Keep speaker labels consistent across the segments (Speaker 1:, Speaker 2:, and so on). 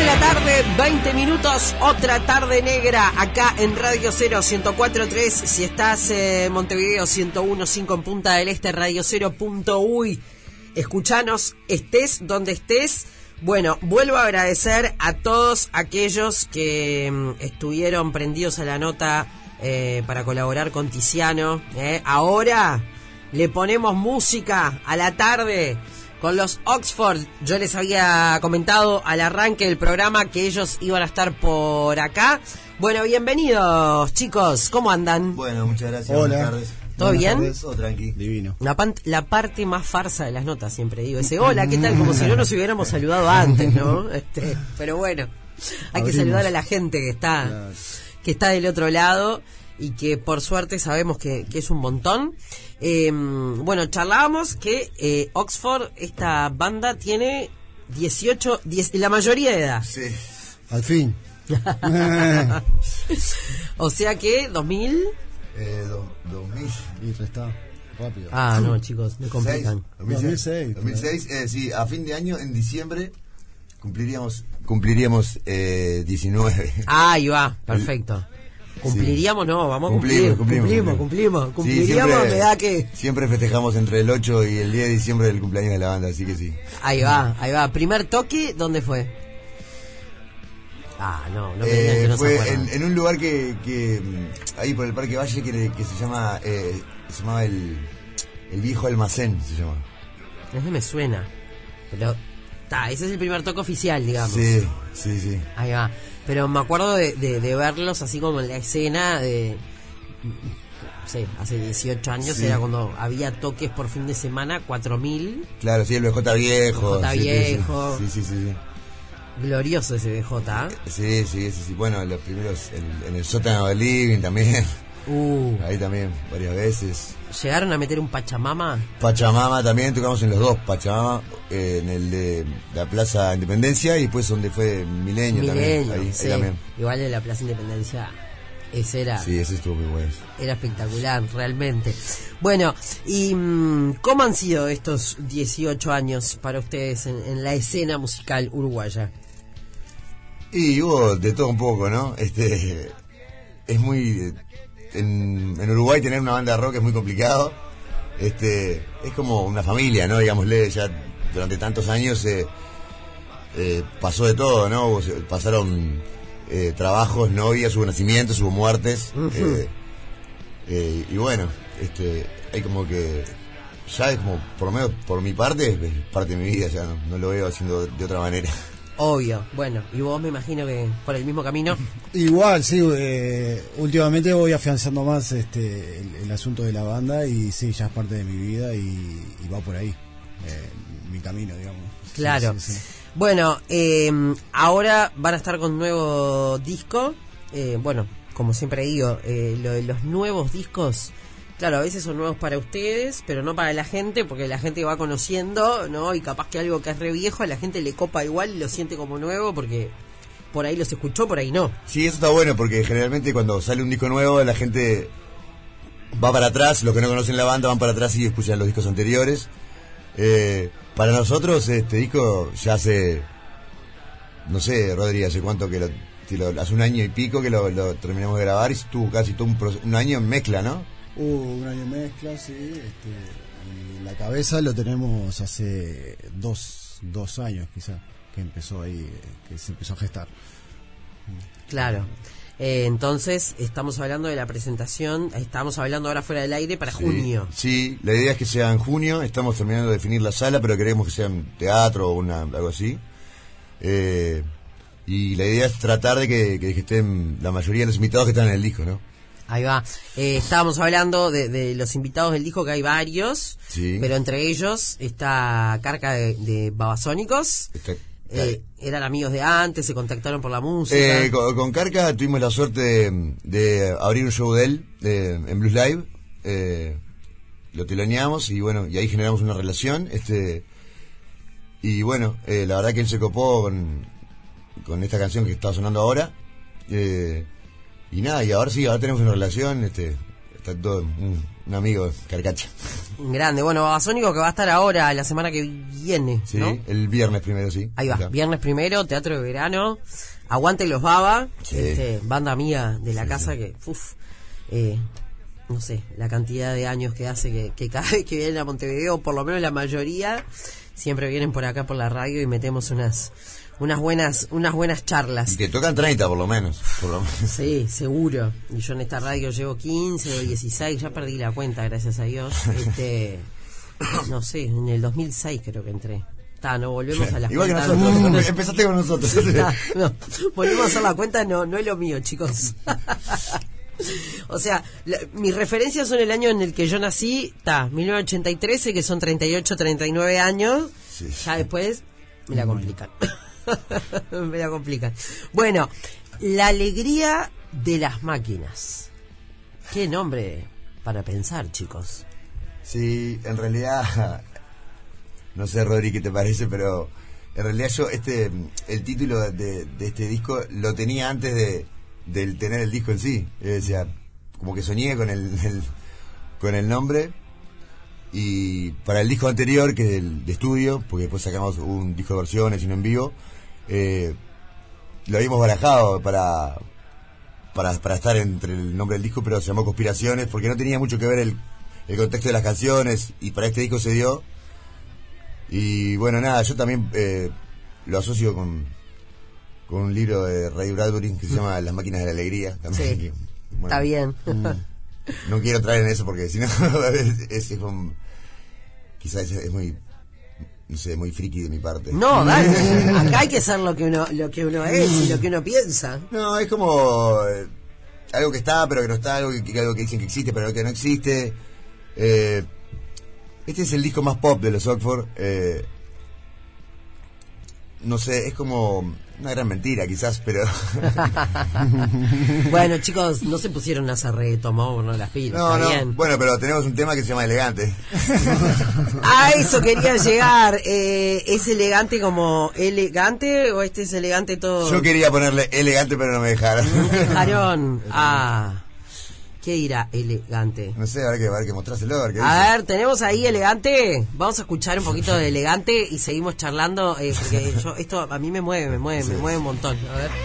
Speaker 1: de la tarde, 20 minutos, otra tarde negra, acá en Radio 0, 104.3, si estás en Montevideo, 101.5 en Punta del Este, radio0.uy, escuchanos, estés donde estés. Bueno, vuelvo a agradecer a todos aquellos que estuvieron prendidos a la nota para colaborar con Tiziano. Ahora le ponemos música a la tarde con los Oxford. Yo les había comentado al arranque del programa que ellos iban a estar por acá. Bueno, bienvenidos, chicos. ¿Cómo andan?
Speaker 2: Bueno, muchas gracias.
Speaker 3: Hola.
Speaker 2: Buenas tardes.
Speaker 1: ¿Todo bien?
Speaker 2: Tardes. Oh, tranqui.
Speaker 3: Divino.
Speaker 1: La parte más farsa de las notas, siempre digo. Ese hola, ¿qué tal? Como si no nos hubiéramos saludado antes, ¿no? Pero bueno, hay que saludar a la gente que está del otro lado y que por suerte sabemos que es un montón. Bueno, charlábamos que Oxford, esta banda, tiene 10, la mayoría de edad.
Speaker 2: Sí.
Speaker 3: Al fin.
Speaker 1: O sea que 2000.
Speaker 2: 2000.
Speaker 3: Y resta rápido.
Speaker 1: Ah, no, chicos, me complican.
Speaker 3: 2006.
Speaker 2: 2006, sí, a fin de año, en diciembre, cumpliríamos 19.
Speaker 1: Ah, ahí va, perfecto. Cumpliríamos, no, vamos a cumplir. Cumplimos. Cumpliríamos,
Speaker 2: siempre,
Speaker 1: me da que...
Speaker 2: Siempre festejamos entre el 8 y el 10 de diciembre del cumpleaños de la banda, así que sí.
Speaker 1: Ahí va. Primer toque, ¿dónde fue? Ah, no me digan que no
Speaker 2: fue
Speaker 1: se acuerdan.
Speaker 2: en un lugar que ahí por el Parque Valle que se llamaba el Viejo Almacén, se llama.
Speaker 1: Ese me suena. Pero, ese es el primer toque oficial, digamos.
Speaker 2: Sí.
Speaker 1: Ahí va. Pero me acuerdo de verlos así como en la escena de... Sí, hace 18 años era cuando había toques por fin de semana, 4000.
Speaker 2: Claro, sí, el BJ Viejo.
Speaker 1: Viejo.
Speaker 2: Sí.
Speaker 1: Glorioso ese BJ, ¿eh?
Speaker 2: Sí. Bueno, los primeros en el sótano del living también. Ahí también, varias veces.
Speaker 1: ¿Llegaron a meter un Pachamama?
Speaker 2: Pachamama también, tocamos en los dos. Pachamama, en el de la Plaza Independencia y después donde fue Milenio también. Ahí también.
Speaker 1: Igual de la Plaza Independencia, ese era...
Speaker 2: Sí, ese estuvo muy bueno.
Speaker 1: Era espectacular, realmente. Bueno, ¿y cómo han sido estos 18 años para ustedes en la escena musical uruguaya?
Speaker 2: Y hubo de todo un poco, ¿no? Es muy... En Uruguay tener una banda de rock es muy complicado. Es como una familia, ¿no? Digámosle, ya durante tantos años pasó de todo, ¿no? Pasaron trabajos, novias, hubo nacimientos, hubo muertes. Y bueno, hay como que... Ya es como, por lo menos por mi parte, es parte de mi vida, ya no lo veo haciendo de otra manera.
Speaker 1: Obvio, bueno, y vos me imagino que por el mismo camino.
Speaker 3: Igual, sí, últimamente voy afianzando más el asunto de la banda y sí, ya es parte de mi vida y va por ahí, mi camino, digamos.
Speaker 1: Claro.
Speaker 3: Sí.
Speaker 1: Bueno, ahora van a estar con nuevo disco. Bueno, como siempre digo, lo de los nuevos discos, claro, a veces son nuevos para ustedes, pero no para la gente, porque la gente va conociendo, ¿no? Y capaz que algo que es re viejo a la gente le copa igual y lo siente como nuevo, porque por ahí los escuchó, por ahí no.
Speaker 2: Sí, eso está bueno, porque generalmente cuando sale un disco nuevo, la gente va para atrás, los que no conocen la banda van para atrás y escuchan los discos anteriores. Para nosotros este disco ya hace, no sé, Rodri, hace cuánto que hace un año y pico que lo terminamos de grabar y estuvo casi todo un año en mezcla, ¿no?
Speaker 3: Un año mezcla, sí. Y la cabeza lo tenemos hace dos años quizá, que empezó ahí, que se empezó a gestar.
Speaker 1: Claro. Entonces, estamos hablando de la presentación, estamos hablando ahora fuera del aire para junio.
Speaker 2: Sí, la idea es que sea en junio, estamos terminando de definir la sala, pero queremos que sea un teatro o algo así. Y la idea es tratar de que estén la mayoría de los invitados que están en el disco, ¿no?
Speaker 1: Ahí va. Estábamos hablando de los invitados del disco, que hay varios,
Speaker 2: sí.
Speaker 1: Pero entre ellos está Carca de Babasónicos. Eran amigos de antes, se contactaron por la música.
Speaker 2: Con Carca tuvimos la suerte de abrir un show de él en Blues Live. Lo teloneamos y bueno, y ahí generamos una relación. Y bueno, la verdad que él se copó con esta canción que está sonando ahora. Y nada, y ahora sí, ahora tenemos una relación, está todo un amigo, Carcacha.
Speaker 1: Grande. Bueno, Babasónico que va a estar ahora, la semana que viene,
Speaker 2: Sí,
Speaker 1: ¿no?
Speaker 2: el viernes primero, sí.
Speaker 1: Ahí va,
Speaker 2: Acá.
Speaker 1: viernes primero, Teatro de Verano. Aguante los Baba,
Speaker 2: Sí.
Speaker 1: banda amiga de la
Speaker 2: Sí,
Speaker 1: casa
Speaker 2: sí.
Speaker 1: que, no sé, la cantidad de años que hace que cada vez que vienen a Montevideo, por lo menos la mayoría, siempre vienen por acá por la radio y metemos unas buenas charlas.
Speaker 2: Y que tocan 30 por lo menos.
Speaker 1: Sí, seguro. Y yo en esta radio llevo 15 o 16, ya perdí la cuenta, gracias a Dios. No sé, en el 2006 creo que entré. No volvemos a las
Speaker 2: Igual que
Speaker 1: cuentas.
Speaker 2: nosotros, empezaste con nosotros.
Speaker 1: No, volvemos a hacer la cuenta, no es lo mío, chicos. O sea, mis referencias son el año en el que yo nací, 1983, sé que son 38, 39 años.
Speaker 2: Sí.
Speaker 1: Ya después me la complican. Me la complican. Bueno, la alegría de las máquinas. Qué nombre para pensar, chicos.
Speaker 2: Sí, en realidad, no sé, Rodri, qué te parece, pero en realidad yo el título de este disco lo tenía antes de tener el disco en sí. O sea, como que soñé con el nombre. Y para el disco anterior, que es el de estudio, porque después sacamos un disco de versiones y uno en vivo, lo habíamos barajado para estar entre el nombre del disco, pero se llamó Conspiraciones, porque no tenía mucho que ver el contexto de las canciones, y para este disco se dio. Y bueno, nada, yo también lo asocio con un libro de Ray Bradbury que se llama Las máquinas de la alegría. También,
Speaker 1: Sí,
Speaker 2: que, bueno,
Speaker 1: está bien.
Speaker 2: no quiero entrar en eso porque si no es quizás es muy, no sé, muy friki de mi parte.
Speaker 1: No, dale, acá hay que ser lo que uno es y lo que uno piensa.
Speaker 2: No, es como algo que está pero que no está, algo que dicen que existe pero que no existe. Este es el disco más pop de los Oxford. No sé, es como una gran mentira quizás, pero
Speaker 1: Bueno, chicos, no se pusieron a hacer reggaetón, no las pilas, está bien.
Speaker 2: Bueno, pero tenemos un tema que se llama Elegante.
Speaker 1: A eso quería llegar. ¿Es elegante como elegante o este es elegante todo?
Speaker 2: Yo quería ponerle Elegante pero no me dejaron.
Speaker 1: Dejaron. ¿Qué irá elegante?
Speaker 2: No sé, habrá que mostrárselo, a ver qué
Speaker 1: A
Speaker 2: dice.
Speaker 1: ver, tenemos ahí elegante. Vamos a escuchar un poquito de elegante y seguimos charlando, porque esto a mí me mueve un montón. A ver.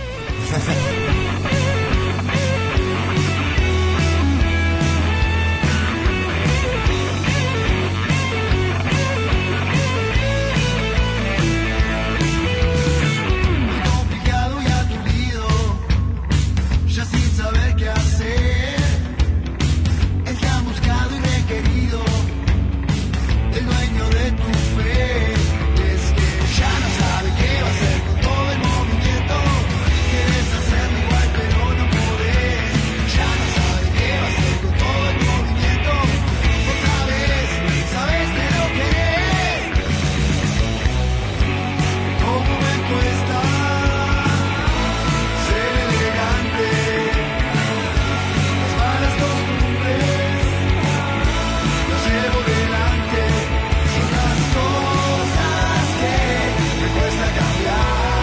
Speaker 4: Complicado y aturdido, ya sin saber qué hacer. Es tan buscado y requerido, el dueño de tu fe. Es que ya no sabe qué va a hacer con todo el movimiento. Quieres hacerlo igual pero no podés. Ya no sabe qué va a hacer con todo el movimiento. Vos sabes que lo querés. ¿Cómo me cuesta ser elegante? Las malas costumbres las llevo delante. Son las cosas que me cuesta cambiar.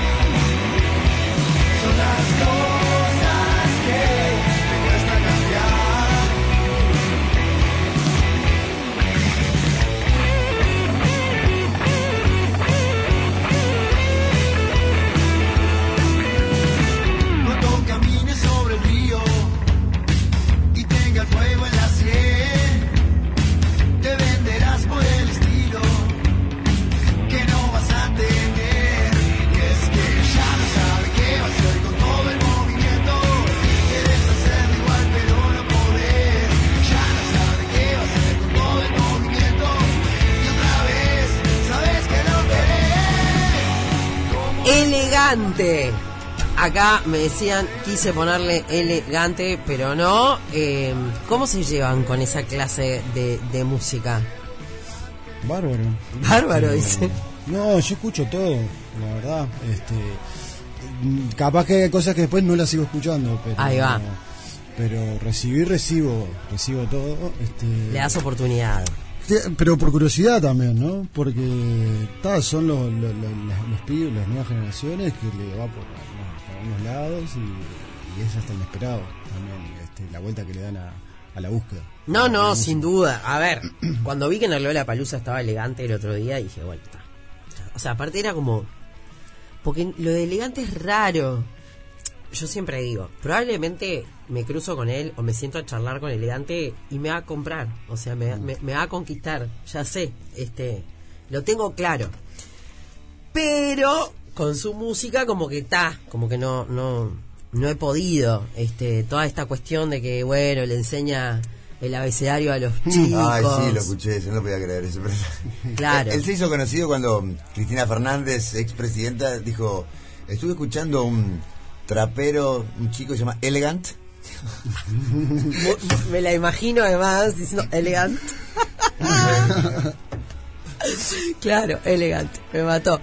Speaker 4: Son las cosas que me cuesta cambiar. Cuando camines sobre el río y tenga el fuego en la sien, te venderás por el estilo que no vas a tener. Y es que ya no sabe qué va a hacer con todo el movimiento. Quieres hacerlo igual pero no podés. Ya no sabe qué va a hacer con todo el movimiento. Y otra vez sabes que lo querés.
Speaker 1: Elegante. Acá me decían, quise ponerle elegante, pero no. ¿Cómo se llevan con esa clase de música?
Speaker 3: Bárbaro.
Speaker 1: Bárbaro, dice.
Speaker 3: No, yo escucho todo, la verdad. Capaz que hay cosas que después no las sigo escuchando, pero
Speaker 1: Ahí va.
Speaker 3: Pero recibo todo.
Speaker 1: Le das oportunidad.
Speaker 3: Pero por curiosidad también, ¿no? Porque son los pibes, las nuevas generaciones que le va por unos lados y es hasta inesperado también la vuelta que le dan a a la búsqueda.
Speaker 1: No, sin duda. A ver, cuando vi que en el Lollapalooza estaba Elegante el otro día, dije, bueno, está. O sea, aparte era como... Porque lo de Elegante es raro. Yo siempre digo, probablemente me cruzo con él o me siento a charlar con Elegante y me va a comprar. O sea, me va a conquistar. Ya sé, lo tengo claro. Pero con su música como que no he podido. Toda esta cuestión de que, bueno, le enseña el abecedario a los chicos.
Speaker 2: Ay, sí, lo escuché, yo no podía creer eso.
Speaker 1: Claro.
Speaker 2: Él se hizo conocido cuando Cristina Fernández, expresidenta, dijo, estuve escuchando un trapero, un chico que se llama Elegant.
Speaker 1: Me la imagino además diciendo Elegant. Claro, Elegante, me mató.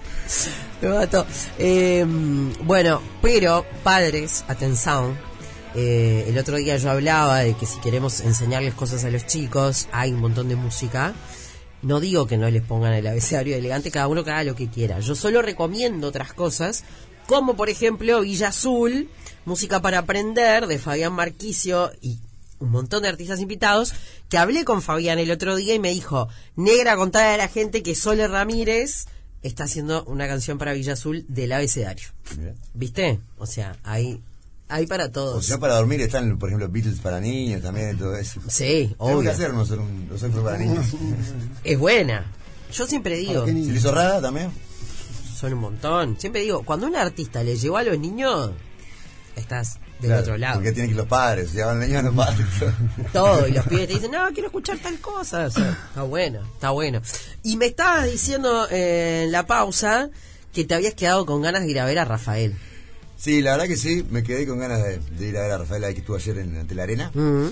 Speaker 1: Bueno, pero padres, atención, el otro día yo hablaba de que si queremos enseñarles cosas a los chicos, hay un montón de música. No digo que no les pongan el abecedario Elegante, cada uno que haga lo que quiera. Yo solo recomiendo otras cosas, como por ejemplo Villa Azul, música para aprender, de Fabián Marquicio y un montón de artistas invitados, que hablé con Fabián el otro día y me dijo, negra, contale a la gente que Sole Ramírez está haciendo una canción para Villa Azul del abecedario.
Speaker 2: Mira.
Speaker 1: ¿Viste? O sea, hay para todos.
Speaker 2: O sea, para dormir están, por ejemplo, Beatles para niños también, todo eso.
Speaker 1: Sí,
Speaker 2: Tengo que
Speaker 1: obvio.
Speaker 2: hacer un software para niños.
Speaker 1: Es buena. Yo siempre digo,
Speaker 2: ¿Se le hizo rara también?
Speaker 1: son un montón. Siempre digo, cuando un artista le llegó a los niños, estás del otro lado.
Speaker 2: Porque tienen que ir los padres, ya van los niños a los padres.
Speaker 1: Todo, y los pibes te dicen, no, quiero escuchar tal cosa. O sea, está bueno. Y me estabas diciendo en la pausa que te habías quedado con ganas de ir a ver a Rafael.
Speaker 2: Sí, la verdad que sí, me quedé con ganas de ir a ver a Rafael, ahí que estuvo ayer ante la arena.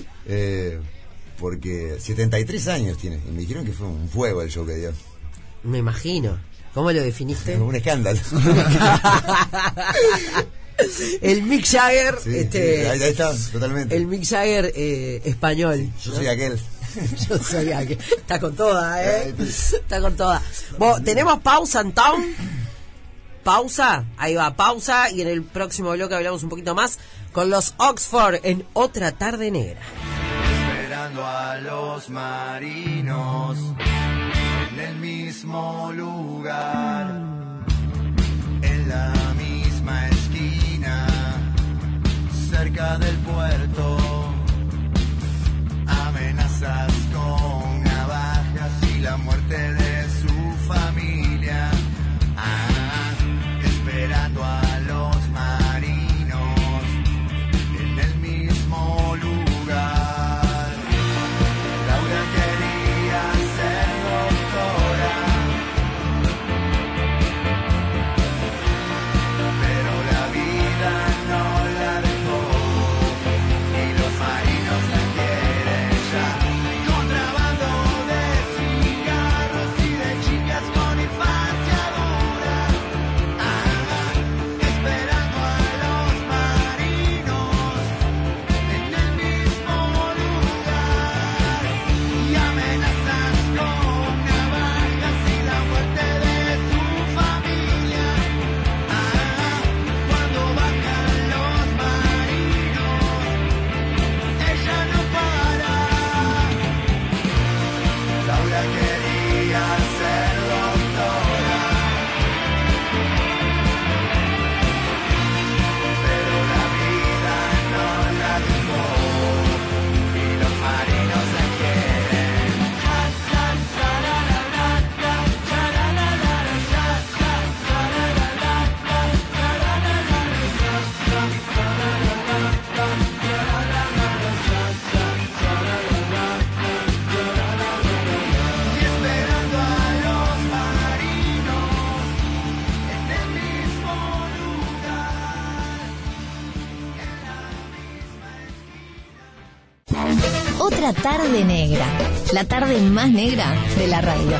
Speaker 2: Porque 73 años tiene, y me dijeron que fue un fuego el show que dio.
Speaker 1: Me imagino. ¿Cómo lo definiste?
Speaker 2: Un escándalo.
Speaker 1: El Mick Jagger,
Speaker 2: Sí, ahí está, totalmente.
Speaker 1: el Mick Jagger español.
Speaker 2: Yo
Speaker 1: ¿no?
Speaker 2: soy aquel.
Speaker 1: Yo soy aquel. Está con toda, Está con toda. Bueno, tenemos pausa en town. Pausa, ahí va, pausa. Y en el próximo bloque hablamos un poquito más con los Oxford en Otra Tarde Negra.
Speaker 4: Esperando a los marinos en el mismo lugar, en la misma esquina, cerca del puerto. Amenazas con navajas y la muerte de su familia. Esperando a los marinos en el mismo lugar. Laura quería ser doctora, pero la vida no la dejó y los marinos la quieren ya. Contrabando de cigarros y de chicas con infancia dura. Esperando a los marinos en el mismo lugar y amenazas con navajas y la muerte de su familia. Cuando bajan los marinos, ella no para. Laura quería ser doctora, pero la vida no la dejó y los marinos la quieren. Y esperando a los marinos en el mismo lugar, en la misma esquina.
Speaker 5: Otra tarde negra, la tarde más negra de la radio.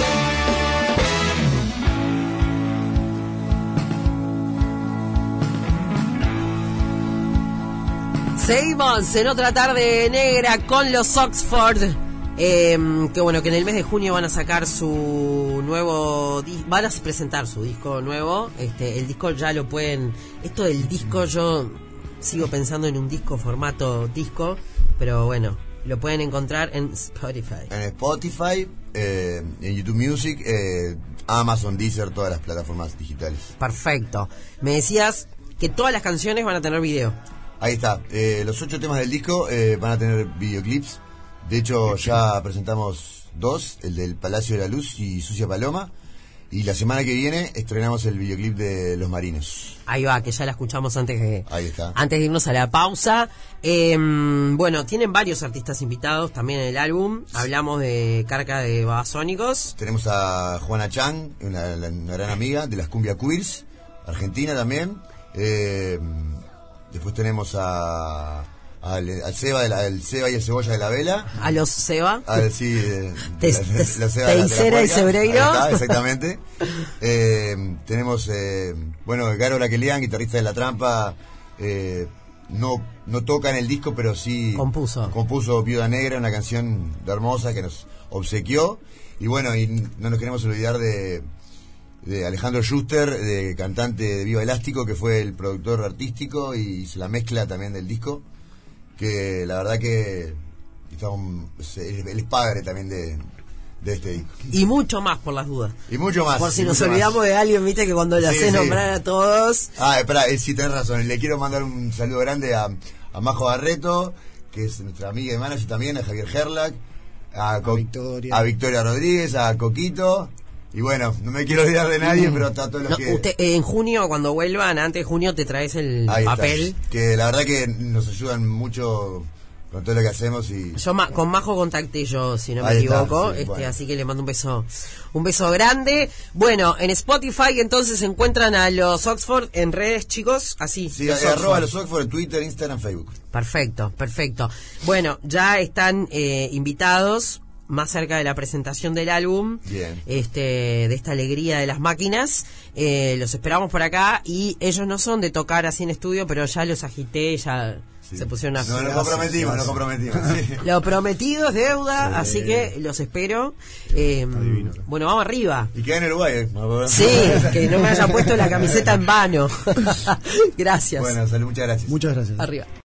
Speaker 1: Seguimos en Otra Tarde Negra con los Oxford. Que bueno, que en el mes de junio van a sacar su nuevo van a presentar su disco nuevo. El disco ya lo pueden. Esto del disco, yo sigo pensando en un disco formato disco, pero bueno, Lo pueden encontrar en Spotify.
Speaker 2: En Spotify, en YouTube Music, Amazon, Deezer, todas las plataformas digitales.
Speaker 1: Perfecto. Me decías que todas las canciones van a tener video.
Speaker 2: Ahí está. Los 8 temas del disco van a tener videoclips. De hecho, ya presentamos 2, el del Palacio de la Luz y Sucia Paloma. Y la semana que viene estrenamos el videoclip de Los Marinos.
Speaker 1: Ahí va, que ya la escuchamos
Speaker 2: Ahí está.
Speaker 1: antes de irnos a la pausa. Bueno, tienen varios artistas invitados también en el álbum. Hablamos de Carca de Babasónicos.
Speaker 2: Tenemos a Juana Chang, una gran amiga de las Cumbia Queers, argentina también. Después tenemos al Seba, el Seba y el Cebolla de la Vela.
Speaker 1: A los Seba.
Speaker 2: Sí,
Speaker 1: Teisera
Speaker 2: Teisera
Speaker 1: y Sebreiro.
Speaker 2: Exactamente. Tenemos, Garo Laquelian, guitarrista de La Trampa. No toca en el disco, pero sí compuso Viuda Negra, una canción hermosa que nos obsequió. Y bueno, y no nos queremos olvidar de Alejandro Schuster, de cantante de Viva Elástico, que fue el productor artístico y hizo la mezcla también del disco, que la verdad que él es padre también de este disco.
Speaker 1: Y mucho más, por las dudas.
Speaker 2: Y mucho más.
Speaker 1: Por si nos olvidamos de alguien, viste que cuando le haces nombrar a todos...
Speaker 2: Espera, sí, tenés razón. Le quiero mandar un saludo grande a Majo Barreto, que es nuestra amiga y manager también, a Javier Gerlach, a Victoria Rodríguez, a Coquito. Y bueno, no me quiero olvidar de nadie, pero a todos los que...
Speaker 1: Usted, en junio, cuando vuelvan, antes de junio, te traes el papel.
Speaker 2: Está, que la verdad que nos ayudan mucho con todo lo que hacemos. Y
Speaker 1: yo con Majo contacté yo, si no me equivoco, sí, bueno. Así que le mando un beso grande. Bueno, en Spotify entonces se encuentran a los Oxford en redes, chicos, así.
Speaker 2: Sí, arroba los Oxford en Twitter, Instagram, Facebook.
Speaker 1: Perfecto. Bueno, ya están invitados más cerca de la presentación del álbum.
Speaker 2: Bien.
Speaker 1: De esta alegría de las máquinas. Los esperamos por acá y ellos no son de tocar así en estudio, pero ya los agité, ya se pusieron a...
Speaker 2: Nos comprometimos. Sí.
Speaker 1: Lo prometido es deuda, así que los espero. Bueno, vamos arriba.
Speaker 2: Y queda en Uruguay.
Speaker 1: Sí, que no me haya puesto la camiseta en vano. Gracias.
Speaker 2: Bueno, salud, muchas gracias.
Speaker 3: Muchas gracias.
Speaker 1: Arriba.